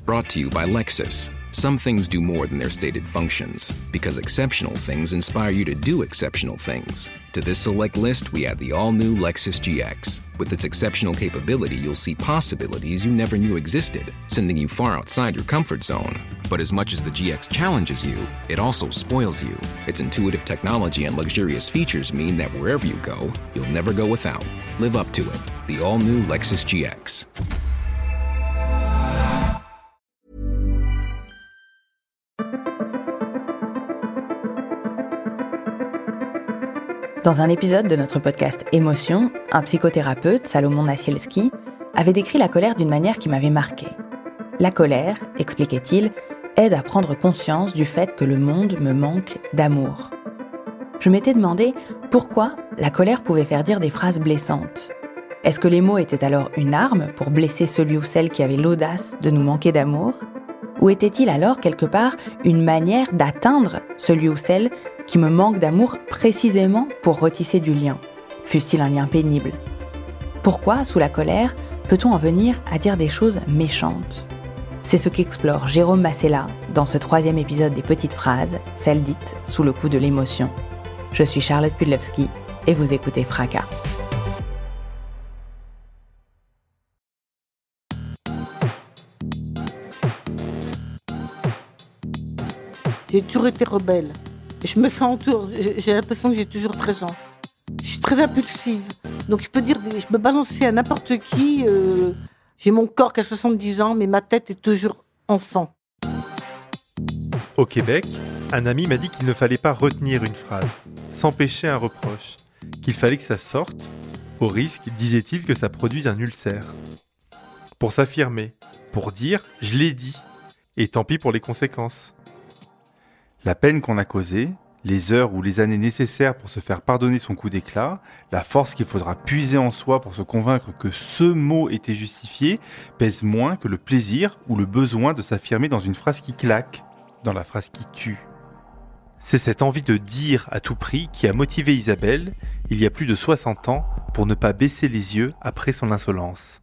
Brought to you by Lexus. Some things do more than their stated functions, because exceptional things inspire you to do exceptional things. To this select list, we add the all-new Lexus GX. With its exceptional capability, you'll see possibilities you never knew existed, sending you far outside your comfort zone. But as much as the GX challenges you, it also spoils you. Its intuitive technology and luxurious features mean that wherever you go, you'll never go without. Live up to it. The all-new Lexus GX. Dans un épisode de notre podcast Émotion, un psychothérapeute, Salomon Nassielski, avait décrit la colère d'une manière qui m'avait marquée. La colère, expliquait-il, aide à prendre conscience du fait que le monde me manque d'amour. Je m'étais demandé pourquoi la colère pouvait faire dire des phrases blessantes. Est-ce que les mots étaient alors une arme pour blesser celui ou celle qui avait l'audace de nous manquer d'amour ? Ou était-il alors quelque part une manière d'atteindre celui ou celle qui me manque d'amour précisément pour retisser du lien, fût-ce-t-il un lien pénible ? Pourquoi, sous la colère, peut-on en venir à dire des choses méchantes ? C'est ce qu'explore Jérôme Massella dans ce 3e épisode des Petites Phrases, celle dite sous le coup de l'émotion. Je suis Charlotte Pudlewski et vous écoutez Fracas. J'ai toujours été rebelle. Je me sens j'ai l'impression que j'ai toujours 13 ans. Je suis très impulsive. Donc je peux balancer à n'importe qui. J'ai mon corps qui a 70 ans, mais ma tête est toujours enfant. Au Québec, un ami m'a dit qu'il ne fallait pas retenir une phrase, s'empêcher un reproche, qu'il fallait que ça sorte, au risque, disait-il, que ça produise un ulcère. Pour s'affirmer, pour dire « je l'ai dit », et tant pis pour les conséquences. La peine qu'on a causée, les heures ou les années nécessaires pour se faire pardonner son coup d'éclat, la force qu'il faudra puiser en soi pour se convaincre que ce mot était justifié, pèsent moins que le plaisir ou le besoin de s'affirmer dans une phrase qui claque, dans la phrase qui tue. C'est cette envie de dire à tout prix qui a motivé Isabelle, il y a plus de 60 ans, pour ne pas baisser les yeux après son insolence.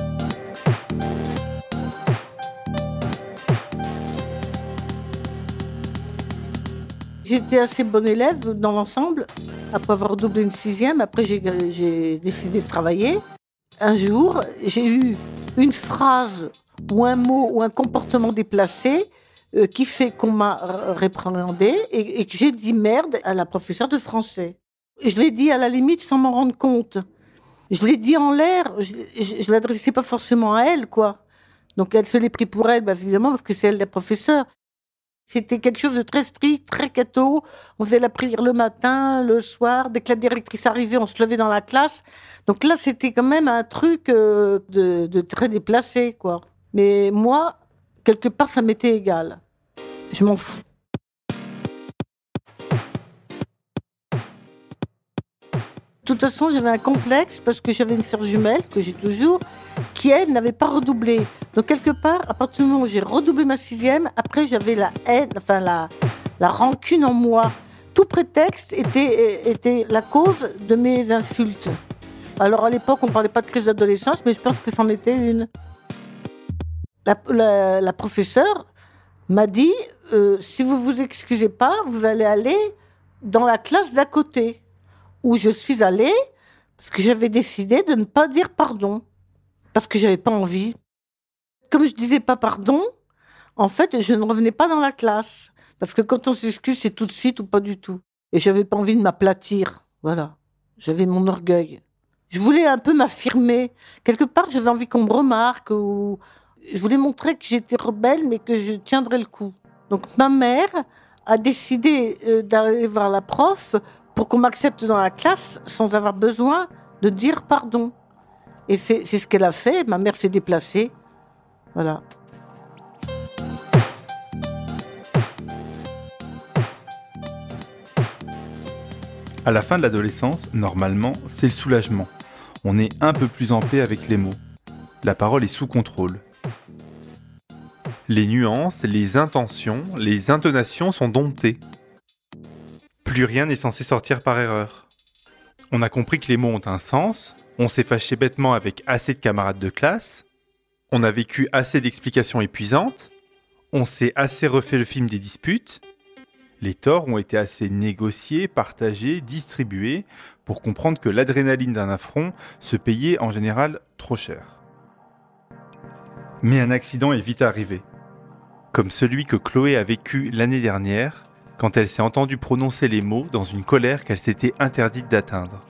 J'étais assez bonne élève dans l'ensemble. Après avoir redoublé une 6e, après j'ai décidé de travailler. Un jour, j'ai eu une phrase ou un mot ou un comportement déplacé qui fait qu'on m'a réprimandé et que j'ai dit merde à la professeure de français. Je l'ai dit à la limite sans m'en rendre compte. Je l'ai dit en l'air, je l'adressais pas forcément à elle, quoi. Donc elle se l'est pris pour elle, évidemment, parce que c'est elle la professeure. C'était quelque chose de très strict, très catho. On faisait la prière le matin, le soir. Dès que la directrice arrivait, on se levait dans la classe. Donc là, c'était quand même un truc de très déplacé, quoi. Mais moi, quelque part, ça m'était égal. Je m'en fous. De toute façon, j'avais un complexe parce que j'avais une sœur jumelle, que j'ai toujours, qui, elle, n'avait pas redoublé. Donc, quelque part, à partir du moment où j'ai redoublé ma 6e, après, j'avais la haine, la rancune en moi. Tout prétexte était la cause de mes insultes. Alors, à l'époque, on ne parlait pas de crise d'adolescence, mais je pense que c'en était une. La professeure m'a dit, si vous ne vous excusez pas, vous allez aller dans la classe d'à côté, où je suis allée, parce que j'avais décidé de ne pas dire pardon, parce que j'avais pas envie. Comme je disais pas pardon, en fait, je ne revenais pas dans la classe, parce que quand on s'excuse, c'est tout de suite ou pas du tout. Et j'avais pas envie de m'aplatir, voilà. J'avais mon orgueil. Je voulais un peu m'affirmer. Quelque part, j'avais envie qu'on me remarque, ou je voulais montrer que j'étais rebelle, mais que je tiendrais le coup. Donc ma mère a décidé d'aller voir la prof pour qu'on m'accepte dans la classe sans avoir besoin de dire pardon. Et c'est ce qu'elle a fait. Ma mère s'est déplacée. Voilà. À la fin de l'adolescence, normalement, c'est le soulagement. On est un peu plus en paix avec les mots. La parole est sous contrôle. Les nuances, les intentions, les intonations sont domptées. Plus rien n'est censé sortir par erreur. On a compris que les mots ont un sens, on s'est fâché bêtement avec assez de camarades de classe, On a vécu assez d'explications épuisantes, on s'est assez refait le film des disputes, les torts ont été assez négociés, partagés, distribués, pour comprendre que l'adrénaline d'un affront se payait en général trop cher. Mais un accident est vite arrivé, comme celui que Chloé a vécu l'année dernière, quand elle s'est entendue prononcer les mots dans une colère qu'elle s'était interdite d'atteindre.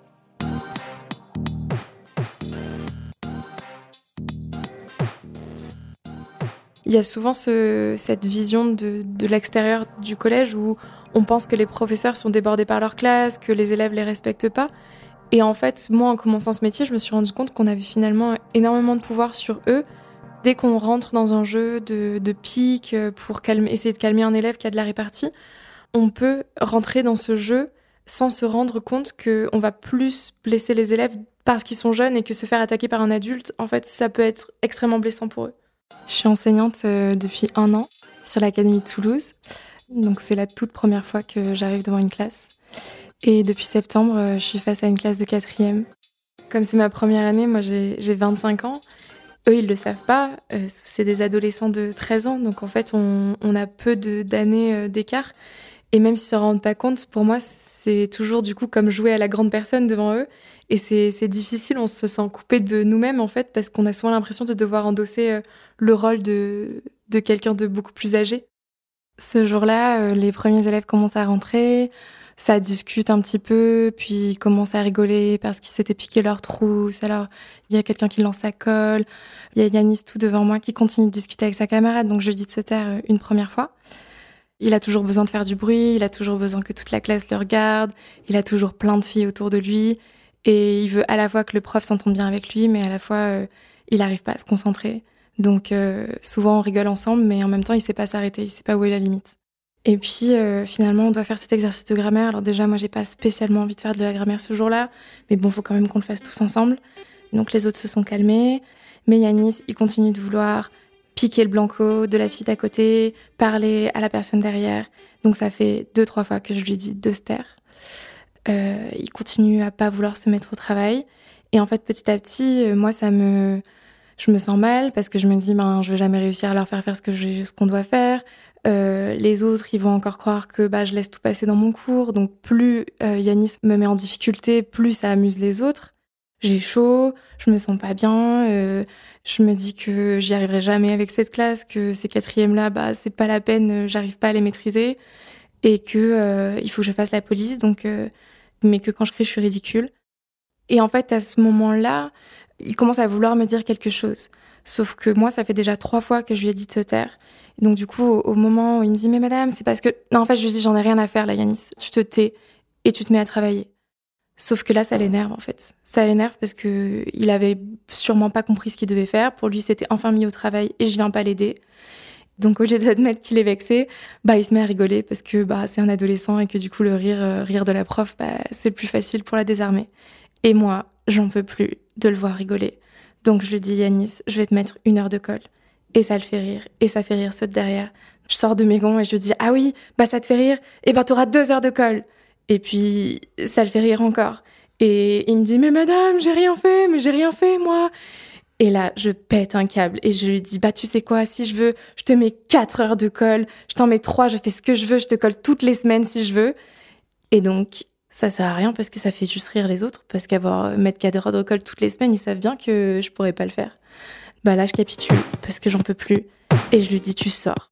Il y a souvent cette vision de l'extérieur du collège où on pense que les professeurs sont débordés par leur classe, que les élèves les respectent pas. Et en fait, moi, en commençant ce métier, je me suis rendu compte qu'on avait finalement énormément de pouvoir sur eux. Dès qu'on rentre dans un jeu de pique pour essayer de calmer un élève qui a de la répartie, on peut rentrer dans ce jeu sans se rendre compte qu'on va plus blesser les élèves parce qu'ils sont jeunes et que se faire attaquer par un adulte, en fait, ça peut être extrêmement blessant pour eux. Je suis enseignante depuis 1 an sur l'Académie de Toulouse. Donc c'est la toute première fois que j'arrive devant une classe. Et depuis septembre, je suis face à une classe de 4e. Comme c'est ma première année, moi j'ai 25 ans. Eux, ils le savent pas. C'est des adolescents de 13 ans. Donc en fait, on a peu d'années d'écart. Et même s'ils ne s'en rendent pas compte, pour moi, c'est toujours du coup comme jouer à la grande personne devant eux. Et c'est difficile, on se sent coupé de nous-mêmes en fait, parce qu'on a souvent l'impression de devoir endosser le rôle de quelqu'un de beaucoup plus âgé. Ce jour-là, les premiers élèves commencent à rentrer, ça discute un petit peu, puis ils commencent à rigoler parce qu'ils s'étaient piqué leur trousse. Alors, il y a quelqu'un qui lance sa colle, il y a Yanis tout devant moi qui continue de discuter avec sa camarade, donc je lui dis de se taire une première fois. Il a toujours besoin de faire du bruit, il a toujours besoin que toute la classe le regarde, il a toujours plein de filles autour de lui, et il veut à la fois que le prof s'entende bien avec lui, mais à la fois, il n'arrive pas à se concentrer. Donc souvent on rigole ensemble, mais en même temps il sait pas s'arrêter, il sait pas où est la limite. Et puis finalement on doit faire cet exercice de grammaire. Alors déjà moi j'ai pas spécialement envie de faire de la grammaire ce jour-là, mais bon faut quand même qu'on le fasse tous ensemble. Donc les autres se sont calmés, mais Yanis il continue de vouloir piquer le blanco de la fille d'à côté, parler à la personne derrière. Donc ça fait 2-3 fois que je lui dis de se taire. Il continue à pas vouloir se mettre au travail. Et en fait petit à petit moi je me sens mal parce que je me dis je vais jamais réussir à leur faire faire ce qu'on doit faire. Les autres, ils vont encore croire que je laisse tout passer dans mon cours. Donc plus Yanis me met en difficulté, plus ça amuse les autres. J'ai chaud, je me sens pas bien. Je me dis que j'y arriverai jamais avec cette classe, que ces 4e-là, c'est pas la peine, j'arrive pas à les maîtriser. Et que il faut que je fasse la police, mais que quand je crie, je suis ridicule. Et en fait, à ce moment-là, il commence à vouloir me dire quelque chose. Sauf que moi, ça fait déjà 3 fois que je lui ai dit de se taire. Et donc du coup, au moment où il me dit « Mais madame, c'est parce que… » Non, en fait, je lui dis « J'en ai rien à faire là, Yanis. Tu te tais et tu te mets à travailler. » Sauf que là, ça l'énerve en fait. Ça l'énerve parce qu'il avait sûrement pas compris ce qu'il devait faire. Pour lui, c'était enfin mis au travail et je viens pas l'aider. Donc au lieu d'admettre qu'il est vexé, il se met à rigoler parce que c'est un adolescent et que du coup, le rire de la prof, c'est le plus facile pour la désarmer. Et moi, j'en peux plus de le voir rigoler. Donc je lui dis « Yanis, je vais te mettre 1 heure de colle. » Et ça le fait rire. Et ça fait rire ceux de derrière. Je sors de mes gonds et je lui dis « Ah oui, ça te fait rire ? Et t'auras 2 heures de colle. » Et puis ça le fait rire encore. Et il me dit « Mais madame, j'ai rien fait, moi !» Et là, je pète un câble et je lui dis « Tu sais quoi, si je veux, je te mets 4 heures de colle. Je t'en mets 3, je fais ce que je veux, je te colle toutes les semaines si je veux. » Et donc… ça sert à rien parce que ça fait juste rire les autres, parce mettre 4 heures de colle toutes les semaines, ils savent bien que je pourrais pas le faire. Là, je capitule parce que j'en peux plus et je lui dis tu sors.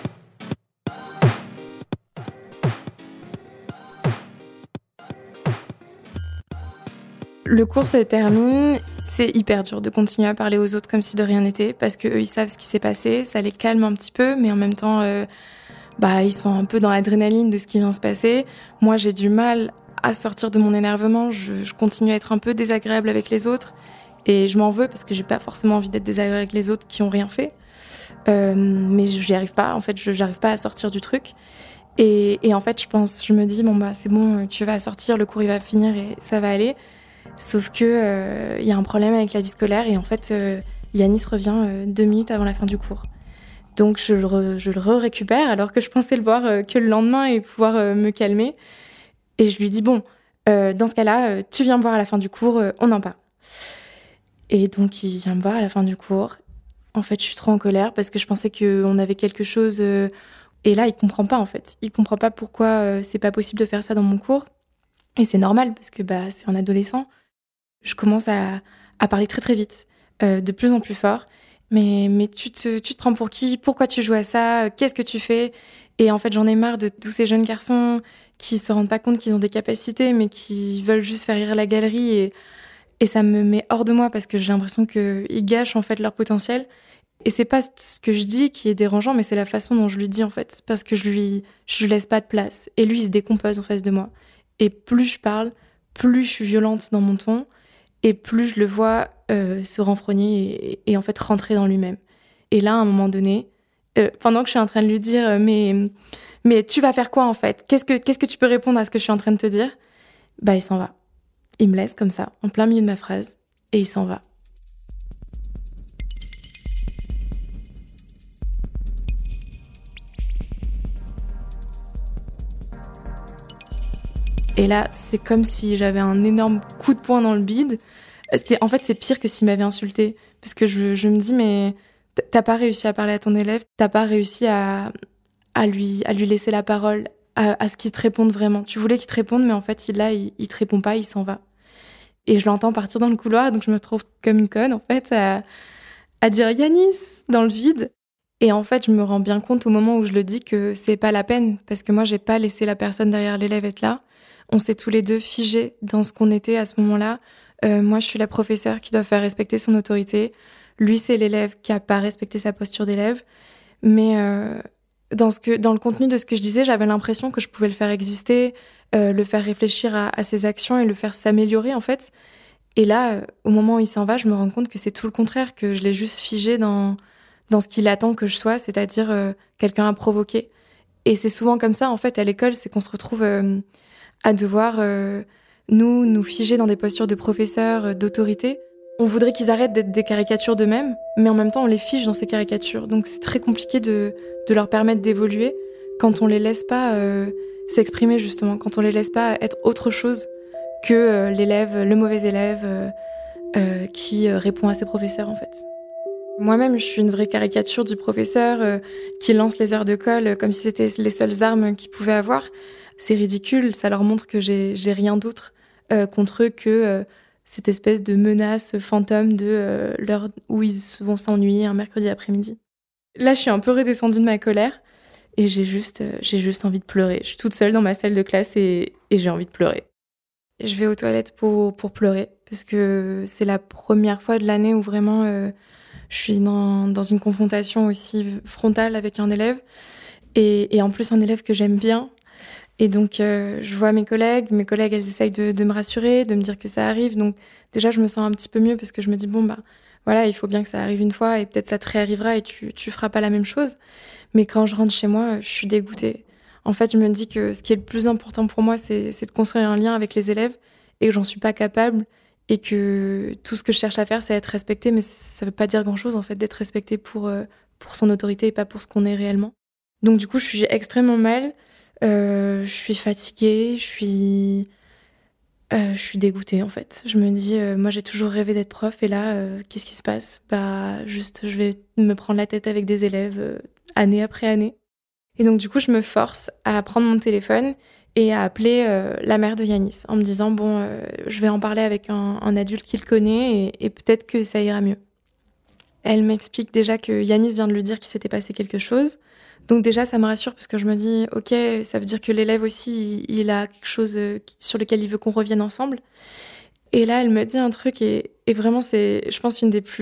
Le cours se termine, c'est hyper dur de continuer à parler aux autres comme si de rien n'était parce qu'eux, ils savent ce qui s'est passé, ça les calme un petit peu, mais en même temps, ils sont un peu dans l'adrénaline de ce qui vient se passer. Moi, j'ai du mal à sortir de mon énervement, je continue à être un peu désagréable avec les autres et je m'en veux parce que j'ai pas forcément envie d'être désagréable avec les autres qui ont rien fait, mais j'y arrive pas, en fait, j'arrive pas à sortir du truc et en fait je me dis c'est bon, tu vas sortir, le cours il va finir et ça va aller, sauf que y a un problème avec la vie scolaire et en fait Yanis revient 2 minutes avant la fin du cours. Donc je le récupère alors que je pensais le voir que le lendemain et pouvoir me calmer. Et je lui dis, dans ce cas-là, tu viens me voir à la fin du cours, on en parle. Et donc, il vient me voir à la fin du cours. En fait, je suis trop en colère parce que je pensais qu'on avait quelque chose. Et là, il comprend pas, en fait. Il comprend pas pourquoi c'est pas possible de faire ça dans mon cours. Et c'est normal parce que c'est un adolescent. Je commence à parler très, très vite, de plus en plus fort. Mais tu te prends pour qui ? Pourquoi tu joues à ça ? Qu'est-ce que tu fais ? Et en fait, j'en ai marre de tous ces jeunes garçons qui se rendent pas compte qu'ils ont des capacités, mais qui veulent juste faire rire la galerie. Et ça me met hors de moi parce que j'ai l'impression qu'ils gâchent en fait leur potentiel. Et c'est pas ce que je dis qui est dérangeant, mais c'est la façon dont je lui dis en fait. Parce que je lui laisse pas de place. Et lui, il se décompose en face de moi. Et plus je parle, plus je suis violente dans mon ton. Et plus je le vois se renfrogner et en fait rentrer dans lui-même. Et là, à un moment donné, pendant que je suis en train de lui dire mais tu vas faire quoi en fait ? Qu'est-ce que tu peux répondre à ce que je suis en train de te dire ? Il s'en va. Il me laisse comme ça, en plein milieu de ma phrase, et il s'en va. Et là, c'est comme si j'avais un énorme coup de poing dans le bide. En fait, c'est pire que s'il m'avait insulté. Parce que je me dis, mais t'as pas réussi à parler à ton élève, t'as pas réussi à lui laisser la parole, à ce qu'il te réponde vraiment. Tu voulais qu'il te réponde, mais en fait, il te répond pas, il s'en va. Et je l'entends partir dans le couloir, donc je me trouve comme une conne, en fait, à dire Yanis dans le vide. Et en fait, je me rends bien compte au moment où je le dis que c'est pas la peine, parce que moi, j'ai pas laissé la personne derrière l'élève être là. On s'est tous les deux figés dans ce qu'on était à ce moment-là. Moi, je suis la professeure qui doit faire respecter son autorité. Lui, c'est l'élève qui a pas respecté sa posture d'élève. Mais dans le contenu de ce que je disais, j'avais l'impression que je pouvais le faire exister, le faire réfléchir à ses actions et le faire s'améliorer, en fait. Et là, au moment où il s'en va, je me rends compte que c'est tout le contraire, que je l'ai juste figé dans ce qu'il attend que je sois, c'est-à-dire quelqu'un à provoquer. Et c'est souvent comme ça, en fait, à l'école, c'est qu'on se retrouve à devoir nous figer dans des postures de professeurs, d'autorité. On voudrait qu'ils arrêtent d'être des caricatures d'eux-mêmes, mais en même temps, on les fige dans ces caricatures. Donc c'est très compliqué de leur permettre d'évoluer quand on les laisse pas s'exprimer, justement, quand on les laisse pas être autre chose que l'élève, le mauvais élève qui répond à ses professeurs, en fait. Moi-même, je suis une vraie caricature du professeur qui lance les heures de colle comme si c'était les seules armes qu'ils pouvaient avoir. C'est ridicule, ça leur montre que j'ai rien d'autre contre eux que cette espèce de menace fantôme de l'heure où ils vont s'ennuyer un mercredi après-midi. Là, je suis un peu redescendue de ma colère et j'ai juste envie de pleurer. Je suis toute seule dans ma salle de classe et j'ai envie de pleurer. Je vais aux toilettes pour pleurer parce que c'est la première fois de l'année où vraiment je suis dans une confrontation aussi frontale avec un élève et en plus un élève que j'aime bien. Et donc, je vois mes collègues, elles essayent de me rassurer, de me dire que ça arrive. Donc, déjà, je me sens un petit peu mieux parce que je me dis, voilà, il faut bien que ça arrive une fois et peut-être ça te réarrivera et tu feras pas la même chose. Mais quand je rentre chez moi, je suis dégoûtée. En fait, je me dis que ce qui est le plus important pour moi, c'est de construire un lien avec les élèves et que j'en suis pas capable et que tout ce que je cherche à faire, c'est être respectée. Mais ça veut pas dire grand-chose, en fait, d'être respectée pour son autorité et pas pour ce qu'on est réellement. Donc, du coup, je suis extrêmement mal. Je suis fatiguée, je suis dégoûtée en fait. Je me dis, moi j'ai toujours rêvé d'être prof et là, qu'est-ce qui se passe ? Juste, je vais me prendre la tête avec des élèves année après année. Et donc du coup, je me force à prendre mon téléphone et à appeler la mère de Yanis en me disant, je vais en parler avec un adulte qui le connaît et peut-être que ça ira mieux. Elle m'explique déjà que Yanis vient de lui dire qu'il s'était passé quelque chose. Donc déjà, ça me rassure parce que je me dis, ok, ça veut dire que l'élève aussi, il a quelque chose sur lequel il veut qu'on revienne ensemble. Et là, elle me dit un truc et vraiment, c'est, je pense,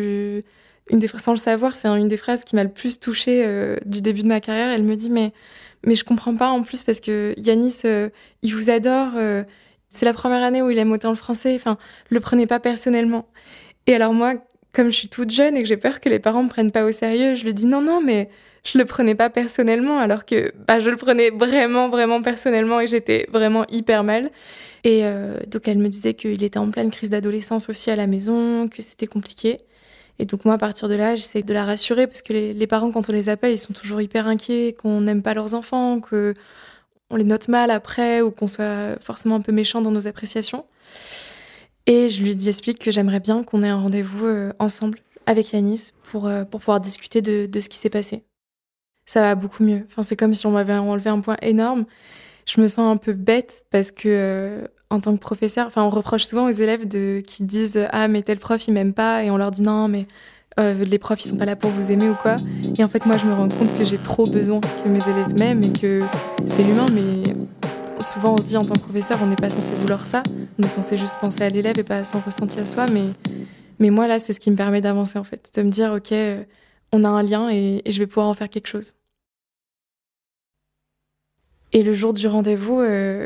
sans le savoir, c'est une des phrases qui m'a le plus touchée du début de ma carrière. Elle me dit, mais je comprends pas en plus parce que Yanis, il vous adore. C'est la première année où il aime autant le français. Enfin, le prenez pas personnellement. Et alors moi, comme je suis toute jeune et que j'ai peur que les parents me prennent pas au sérieux, je lui dis non, mais je le prenais pas personnellement, alors que je le prenais vraiment, vraiment personnellement et j'étais vraiment hyper mal. Et donc elle me disait qu'il était en pleine crise d'adolescence aussi à la maison, que c'était compliqué. Et donc moi, à partir de là, j'essaie de la rassurer parce que les parents, quand on les appelle, ils sont toujours hyper inquiets, qu'on n'aime pas leurs enfants, qu'on les note mal après ou qu'on soit forcément un peu méchant dans nos appréciations. Et je lui explique que j'aimerais bien qu'on ait un rendez-vous ensemble avec Yanis pour pouvoir discuter de ce qui s'est passé. Ça va beaucoup mieux. Enfin, c'est comme si on m'avait enlevé un point énorme. Je me sens un peu bête parce que, en tant que professeur, on reproche souvent aux élèves qui disent « Ah, mais tel prof, il m'aime pas », et on leur dit « Non, mais les profs, ils sont pas là pour vous aimer ou quoi ». Et en fait, moi, je me rends compte que j'ai trop besoin que mes élèves m'aiment et que c'est humain, mais souvent, on se dit en tant que professeur, on n'est pas censé vouloir ça. On est censé juste penser à l'élève et pas à son ressenti à soi. Mais moi, là, c'est ce qui me permet d'avancer, en fait. De me dire « Ok, on a un lien et je vais pouvoir en faire quelque chose ». Et le jour du rendez-vous,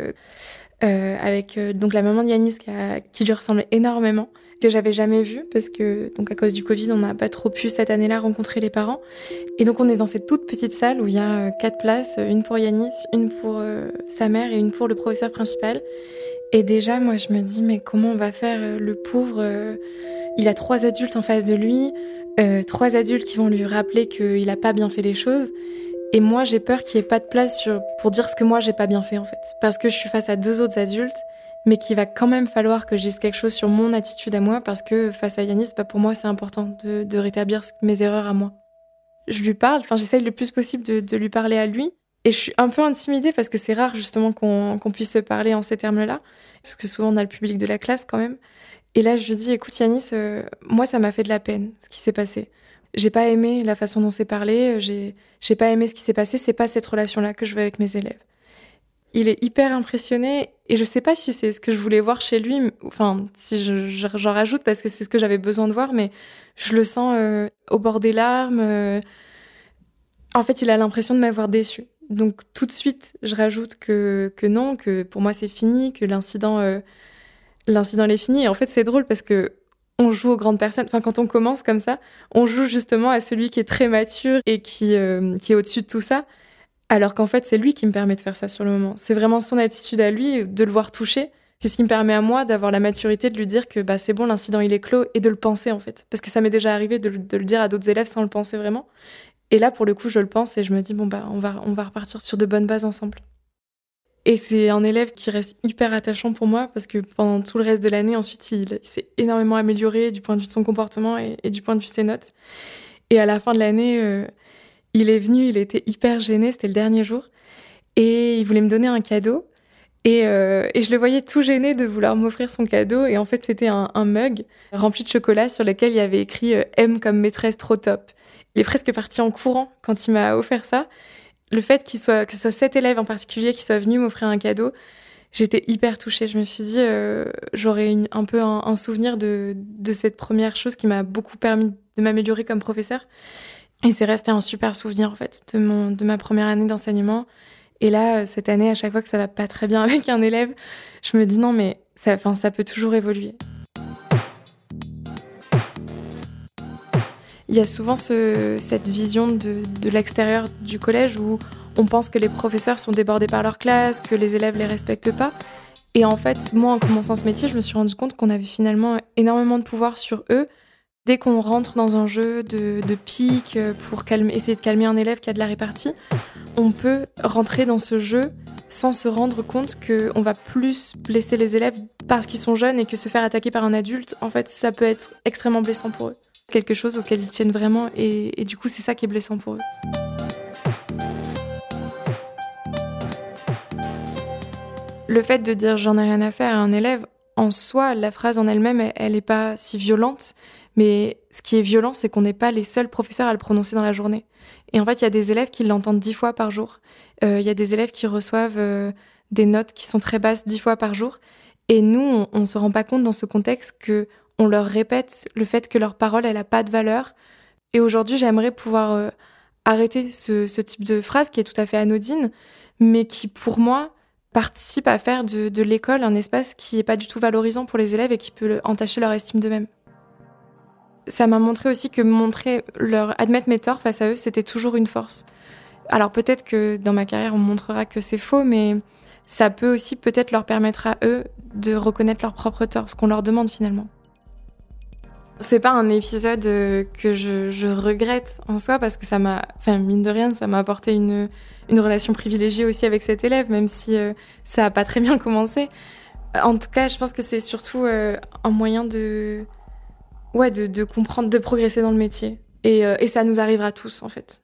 avec donc la maman de Yanis qui lui ressemblait énormément, que j'avais jamais vue parce que donc à cause du Covid, on n'a pas trop pu cette année-là rencontrer les parents. Et donc on est dans cette toute petite salle où il y a 4 places, une pour Yanis, une pour sa mère et une pour le professeur principal. Et déjà, moi, je me dis mais comment on va faire, le pauvre, il a 3 adultes en face de lui, 3 adultes qui vont lui rappeler qu'il a pas bien fait les choses. Et moi, j'ai peur qu'il n'y ait pas de place pour dire ce que moi, j'ai pas bien fait, en fait. Parce que je suis face à 2 autres adultes, mais qu'il va quand même falloir que je dise quelque chose sur mon attitude à moi, parce que face à Yanis, pour moi, c'est important de rétablir mes erreurs à moi. Je lui parle, j'essaye le plus possible de lui parler à lui, et je suis un peu intimidée, parce que c'est rare, justement, qu'on puisse se parler en ces termes-là, parce que souvent, on a le public de la classe, quand même. Et là, je lui dis, écoute, Yanis, moi, ça m'a fait de la peine, ce qui s'est passé. J'ai pas aimé la façon dont c'est parlé, j'ai pas aimé ce qui s'est passé, c'est pas cette relation-là que je veux avec mes élèves. Il est hyper impressionné et je sais pas si c'est ce que je voulais voir chez lui, si j'en rajoute parce que c'est ce que j'avais besoin de voir, mais je le sens au bord des larmes. En fait, il a l'impression de m'avoir déçue. Donc tout de suite, je rajoute que non, que pour moi c'est fini, que l'incident est fini. Et en fait, c'est drôle parce que on joue aux grandes personnes. Quand on commence comme ça, on joue justement à celui qui est très mature et qui est au-dessus de tout ça, alors qu'en fait, c'est lui qui me permet de faire ça sur le moment. C'est vraiment son attitude à lui, de le voir toucher. C'est ce qui me permet à moi d'avoir la maturité de lui dire que c'est bon, l'incident, il est clos, et de le penser, en fait. Parce que ça m'est déjà arrivé de le dire à d'autres élèves sans le penser vraiment. Et là, pour le coup, je le pense et je me dis, on va repartir sur de bonnes bases ensemble. Et c'est un élève qui reste hyper attachant pour moi parce que pendant tout le reste de l'année, ensuite, il s'est énormément amélioré du point de vue de son comportement et du point de vue de ses notes. Et à la fin de l'année, il est venu, il était hyper gêné, c'était le dernier jour. Et il voulait me donner un cadeau. Et je le voyais tout gêné de vouloir m'offrir son cadeau. Et en fait, c'était un mug rempli de chocolat sur lequel il y avait écrit « M comme maîtresse, trop top ». Il est presque parti en courant quand il m'a offert ça. Le fait que ce soit cet élève en particulier qui soit venu m'offrir un cadeau, j'étais hyper touchée. Je me suis dit, j'aurais un peu un souvenir de cette première chose qui m'a beaucoup permis de m'améliorer comme professeur. Et c'est resté un super souvenir, en fait, de ma première année d'enseignement. Et là, cette année, à chaque fois que ça va pas très bien avec un élève, je me dis non, mais ça peut toujours évoluer. Il y a souvent cette vision de l'extérieur du collège où on pense que les professeurs sont débordés par leur classe, que les élèves les respectent pas. Et en fait, moi, en commençant ce métier, je me suis rendu compte qu'on avait finalement énormément de pouvoir sur eux. Dès qu'on rentre dans un jeu de pique pour essayer de calmer un élève qui a de la répartie, on peut rentrer dans ce jeu sans se rendre compte qu'on va plus blesser les élèves parce qu'ils sont jeunes et que se faire attaquer par un adulte, en fait, ça peut être extrêmement blessant pour eux. Quelque chose auquel ils tiennent vraiment et du coup, c'est ça qui est blessant pour eux. Le fait de dire « j'en ai rien à faire » à un élève, en soi, la phrase en elle-même, elle n'est pas si violente, mais ce qui est violent, c'est qu'on n'est pas les seuls professeurs à le prononcer dans la journée. Et en fait, il y a des élèves qui l'entendent 10 fois par jour. Il y a des élèves qui reçoivent des notes qui sont très basses 10 fois par jour. Et nous, on ne se rend pas compte dans ce contexte qu'on leur répète le fait que leur parole, elle n'a pas de valeur. Et aujourd'hui, j'aimerais pouvoir arrêter ce type de phrase qui est tout à fait anodine, mais qui, pour moi, participe à faire de l'école un espace qui n'est pas du tout valorisant pour les élèves et qui peut entacher leur estime d'eux-mêmes. Ça m'a montré aussi que admettre mes torts face à eux, c'était toujours une force. Alors peut-être que dans ma carrière, on me montrera que c'est faux, mais ça peut aussi peut-être leur permettre à eux de reconnaître leurs propres torts, ce qu'on leur demande finalement. C'est pas un épisode que je regrette en soi, parce que ça m'a, mine de rien, ça m'a apporté une relation privilégiée aussi avec cet élève, même si ça a pas très bien commencé. En tout cas, je pense que c'est surtout un moyen de de comprendre, de progresser dans le métier. Et ça nous arrivera tous, en fait.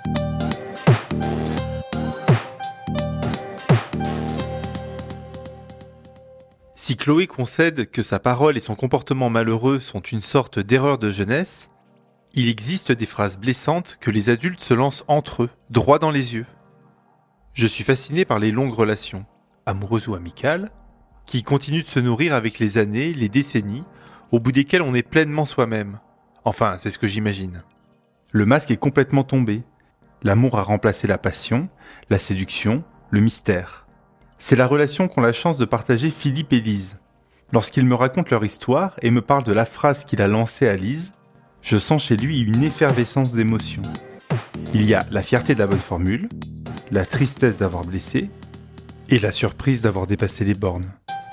Si Chloé concède que sa parole et son comportement malheureux sont une sorte d'erreur de jeunesse, il existe des phrases blessantes que les adultes se lancent entre eux, droit dans les yeux. Je suis fasciné par les longues relations, amoureuses ou amicales, qui continuent de se nourrir avec les années, les décennies, au bout desquelles on est pleinement soi-même. Enfin, c'est ce que j'imagine. Le masque est complètement tombé. L'amour a remplacé la passion, la séduction, le mystère. C'est la relation qu'ont la chance de partager Philippe et Lise. Lorsqu'ils me racontent leur histoire et me parlent de la phrase qu'il a lancée à Lise, je sens chez lui une effervescence d'émotions. Il y a la fierté de la bonne formule, la tristesse d'avoir blessé et la surprise d'avoir dépassé les bornes.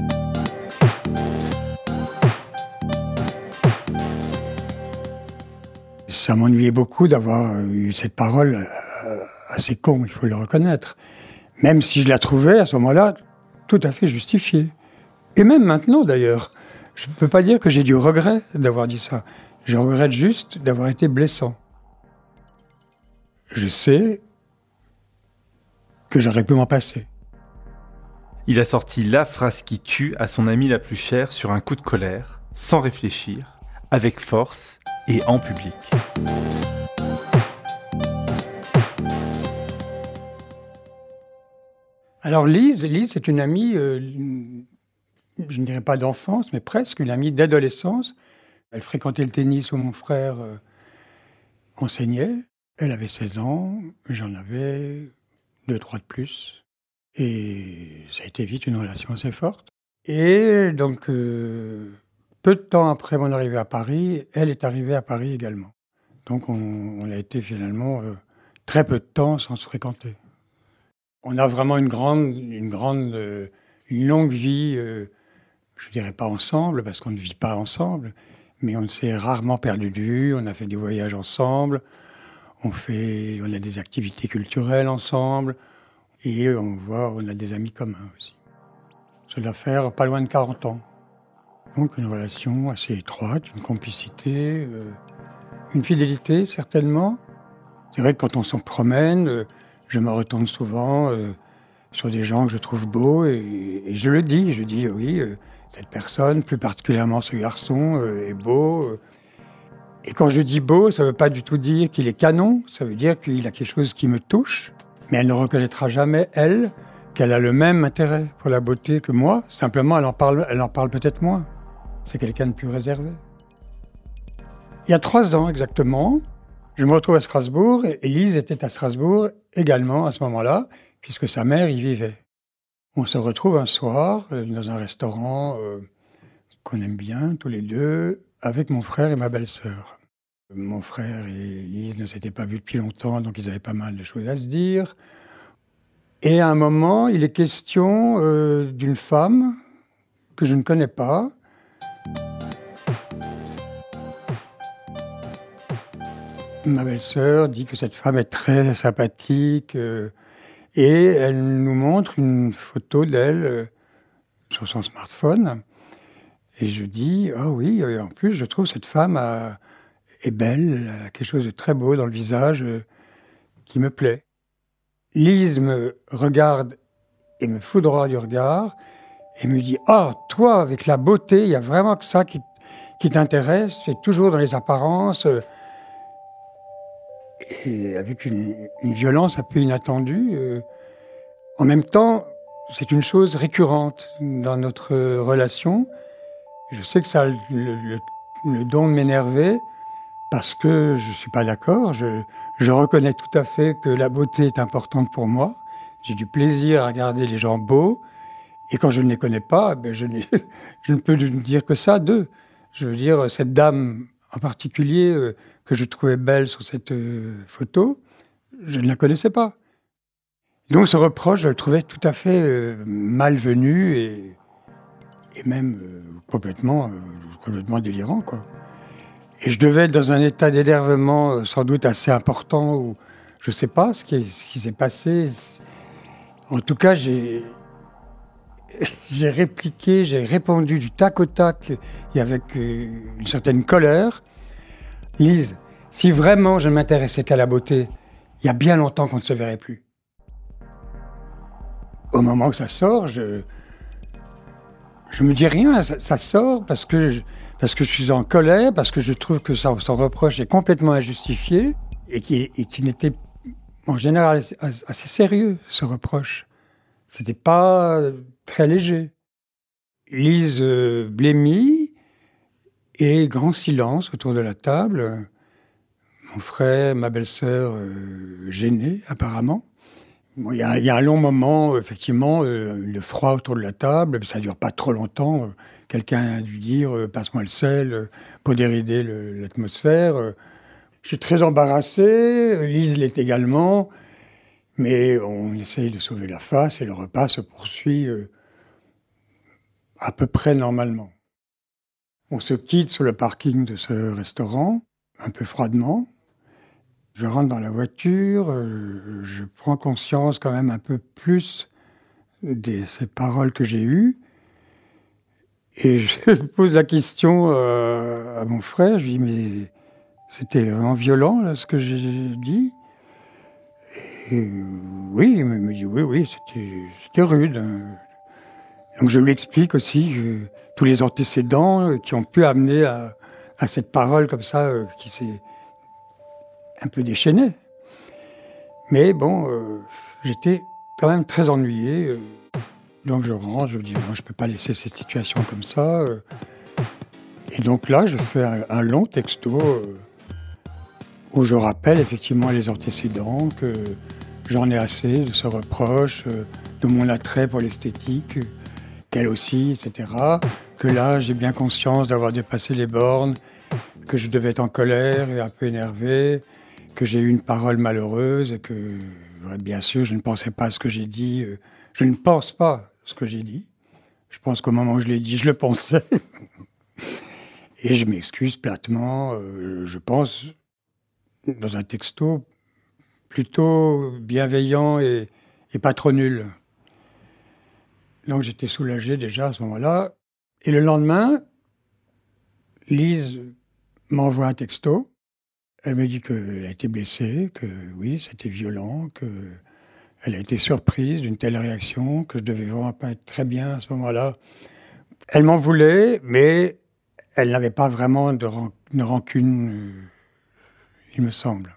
Ça m'ennuyait beaucoup d'avoir eu cette parole assez con, il faut le reconnaître. Même si je la trouvais, à ce moment-là, tout à fait justifiée. Et même maintenant, d'ailleurs. Je ne peux pas dire que j'ai du regret d'avoir dit ça. Je regrette juste d'avoir été blessant. Je sais que j'aurais pu m'en passer. Il a sorti la phrase qui tue à son amie la plus chère sur un coup de colère, sans réfléchir, avec force et en public. Alors Lise, c'est une amie, je ne dirais pas d'enfance, mais presque, une amie d'adolescence. Elle fréquentait le tennis où mon frère enseignait. Elle avait 16 ans, j'en avais 2-3 de plus. Et ça a été vite une relation assez forte. Et donc, peu de temps après mon arrivée à Paris, elle est arrivée à Paris également. Donc on a été finalement très peu de temps sans se fréquenter. On a vraiment une longue vie, je dirais pas ensemble, parce qu'on ne vit pas ensemble, mais on s'est rarement perdu de vue, on a fait des voyages ensemble, on a des activités culturelles ensemble, et on a des amis communs aussi. Ça doit faire pas loin de 40 ans. Donc une relation assez étroite, une complicité, une fidélité certainement. C'est vrai que quand on s'en promène, je me retourne souvent sur des gens que je trouve beaux et je le dis. Je dis oui, cette personne, plus particulièrement ce garçon, est beau. Et quand je dis beau, ça ne veut pas du tout dire qu'il est canon. Ça veut dire qu'il a quelque chose qui me touche. Mais elle ne reconnaîtra jamais, elle, qu'elle a le même intérêt pour la beauté que moi. Simplement, elle en parle peut-être moins. C'est quelqu'un de plus réservé. Il y a 3 ans exactement, je me retrouve à Strasbourg et Lise était à Strasbourg également à ce moment-là, puisque sa mère y vivait. On se retrouve un soir dans un restaurant qu'on aime bien tous les deux, avec mon frère et ma belle-sœur. Mon frère et Lise ne s'étaient pas vus depuis longtemps, donc ils avaient pas mal de choses à se dire. Et à un moment, il est question d'une femme que je ne connais pas. Ma belle-sœur dit que cette femme est très sympathique et elle nous montre une photo d'elle sur son smartphone. Et je dis « Ah oui, en plus, je trouve cette femme est belle, elle a quelque chose de très beau dans le visage qui me plaît. » Lise me regarde et me foudroie du regard et me dit « Ah, toi, avec la beauté, il y a vraiment que ça qui t'intéresse, c'est toujours dans les apparences. » Et avec une violence un peu inattendue. En même temps, c'est une chose récurrente dans notre relation. Je sais que ça a le don de m'énerver parce que je ne suis pas d'accord. Je reconnais tout à fait que la beauté est importante pour moi. J'ai du plaisir à regarder les gens beaux. Et quand je ne les connais pas, je ne peux dire que ça d'eux. Je veux dire, cette dame en particulier que je trouvais belle sur cette photo, je ne la connaissais pas. Donc ce reproche, je le trouvais tout à fait malvenu et même complètement délirant, quoi. Et je devais être dans un état d'énervement sans doute assez important, où je ne sais pas ce qui s'est passé. En tout cas, j'ai j'ai répliqué, j'ai répondu du tac au tac et avec une certaine colère. Lise, si vraiment je ne m'intéressais qu'à la beauté, il y a bien longtemps qu'on ne se verrait plus. Au moment que ça sort, je me dis rien, ça sort parce que je suis en colère, parce que je trouve que son reproche est complètement injustifié et qui n'était en général assez sérieux, ce reproche. C'était pas très léger. Lise blêmie et grand silence autour de la table. Mon frère, ma belle-sœur gênés apparemment. Bon, il y a un long moment, effectivement, le froid autour de la table, ça ne dure pas trop longtemps. Quelqu'un a dû dire « passe-moi le sel » pour dérider l'atmosphère. Je suis très embarrassé, Lise l'est également, mais on essaye de sauver la face et le repas se poursuit à peu près normalement. On se quitte sur le parking de ce restaurant, un peu froidement. Je rentre dans la voiture, je prends conscience quand même un peu plus de ces paroles que j'ai eues. Et je pose la question à mon frère, je lui dis « mais c'était vraiment violent là, ce que j'ai dit ?» Et oui, il me dit « oui, c'était rude ». Donc je lui explique aussi tous les antécédents qui ont pu amener à cette parole comme ça qui s'est un peu déchaînée. Mais bon, j'étais quand même très ennuyé. Donc je rentre, je me dis je ne peux pas laisser cette situation comme ça. Et donc là, je fais un long texto où je rappelle effectivement les antécédents, que j'en ai assez de ce reproche, de mon attrait pour l'esthétique, qu'elle aussi, etc. Que là, j'ai bien conscience d'avoir dépassé les bornes, que je devais être en colère et un peu énervé, que j'ai eu une parole malheureuse et que, bien sûr, je ne pensais pas à ce que j'ai dit. Je ne pense pas ce que j'ai dit. Je pense qu'au moment où je l'ai dit, je le pensais. Et je m'excuse platement, je pense, dans un texto plutôt bienveillant et pas trop nul. Donc j'étais soulagé déjà à ce moment-là. Et le lendemain, Lise m'envoie un texto. Elle me dit qu'elle a été blessée, que oui, c'était violent, qu'elle a été surprise d'une telle réaction, que je devais vraiment pas être très bien à ce moment-là. Elle m'en voulait, mais elle n'avait pas vraiment de rancune, il me semble.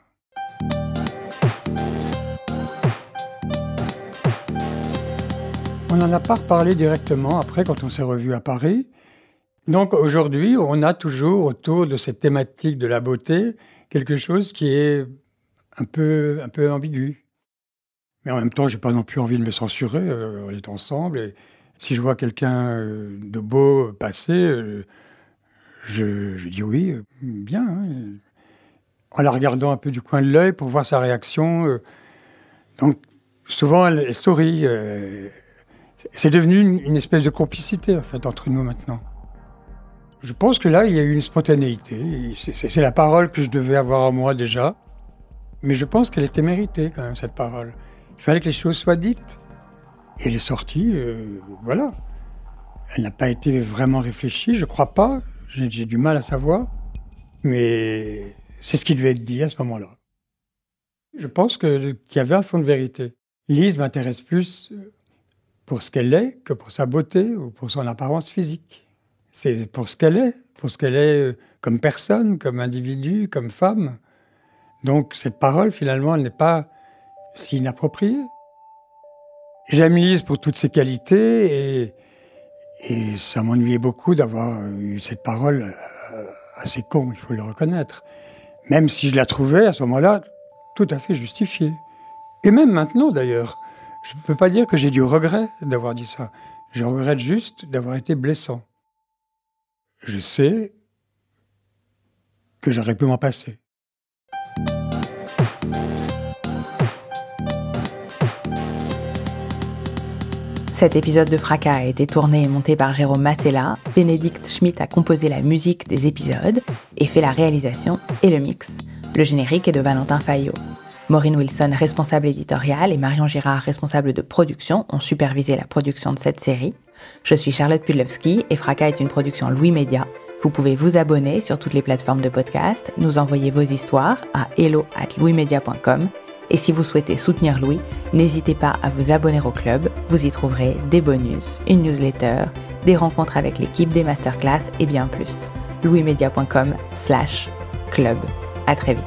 On n'en a pas reparlé directement après, quand on s'est revus à Paris. Donc aujourd'hui, on a toujours autour de cette thématique de la beauté quelque chose qui est un peu ambigu. Mais en même temps, j'ai pas non plus envie de me censurer, on est ensemble. Et si je vois quelqu'un de beau passer, je dis oui, bien. Hein, en la regardant un peu du coin de l'œil pour voir sa réaction. Donc souvent, elle sourit. C'est devenu une espèce de complicité en fait entre nous maintenant. Je pense que là, il y a eu une spontanéité. C'est la parole que je devais avoir en moi déjà. Mais je pense qu'elle était méritée quand même, cette parole. Il fallait que les choses soient dites. Et elle est sortie, voilà. Elle n'a pas été vraiment réfléchie, je crois pas. J'ai du mal à savoir. Mais c'est ce qui devait être dit à ce moment-là. Je pense qu'il y avait un fond de vérité. Lise m'intéresse plus pour ce qu'elle est que pour sa beauté ou pour son apparence physique. C'est pour ce qu'elle est comme personne, comme individu, comme femme. Donc cette parole, finalement, elle n'est pas si inappropriée. J'aime Lise pour toutes ses qualités et ça m'ennuyait beaucoup d'avoir eu cette parole assez con, il faut le reconnaître. Même si je la trouvais à ce moment-là tout à fait justifiée. Et même maintenant d'ailleurs. Je ne peux pas dire que j'ai du regret d'avoir dit ça. Je regrette juste d'avoir été blessant. Je sais que j'aurais pu m'en passer. Cet épisode de Fracas a été tourné et monté par Jérôme Massella. Bénédicte Schmitt a composé la musique des épisodes et fait la réalisation et le mix. Le générique est de Valentin Fayot. Maureen Wilson, responsable éditoriale, et Marion Girard, responsable de production, ont supervisé la production de cette série. Je suis Charlotte Pudlowski et Fracas est une production Louis Média. Vous pouvez vous abonner sur toutes les plateformes de podcast, nous envoyer vos histoires à hello@louismedia.com. Et si vous souhaitez soutenir Louis, n'hésitez pas à vous abonner au club. Vous y trouverez des bonus, une newsletter, des rencontres avec l'équipe, des masterclass et bien plus. louismedia.com/club. À très vite.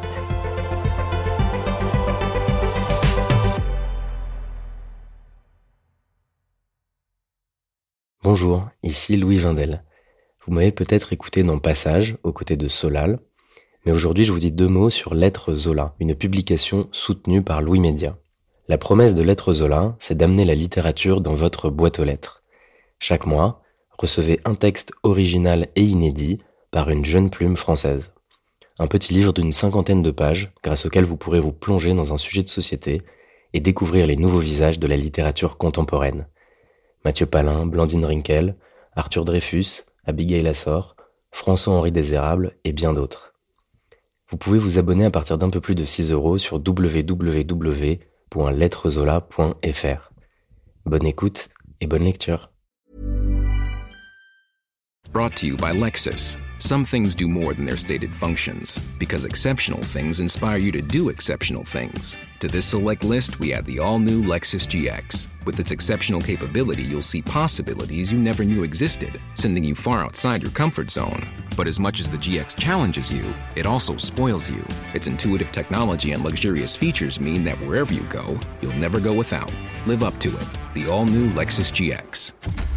Bonjour, ici Louis Vindel. Vous m'avez peut-être écouté dans Passage, aux côtés de Solal, mais aujourd'hui je vous dis 2 mots sur Lettres Zola, une publication soutenue par Louis Média. La promesse de Lettres Zola, c'est d'amener la littérature dans votre boîte aux lettres. Chaque mois, recevez un texte original et inédit par une jeune plume française. Un petit livre d'une 50aine de pages, grâce auquel vous pourrez vous plonger dans un sujet de société et découvrir les nouveaux visages de la littérature contemporaine. Mathieu Palin, Blandine Rinkel, Arthur Dreyfus, Abigail Assor, François-Henri Désérable et bien d'autres. Vous pouvez vous abonner à partir d'un peu plus de 6 € sur www.lettrezola.fr. Bonne écoute et bonne lecture. Brought to you by Lexus. Some things do more than their stated functions, because exceptional things inspire you to do exceptional things. To this select list, we add the all-new Lexus GX. With its exceptional capability, you'll see possibilities you never knew existed, sending you far outside your comfort zone. But as much as the GX challenges you, it also spoils you. Its intuitive technology and luxurious features mean that wherever you go, you'll never go without. Live up to it. The all-new Lexus GX.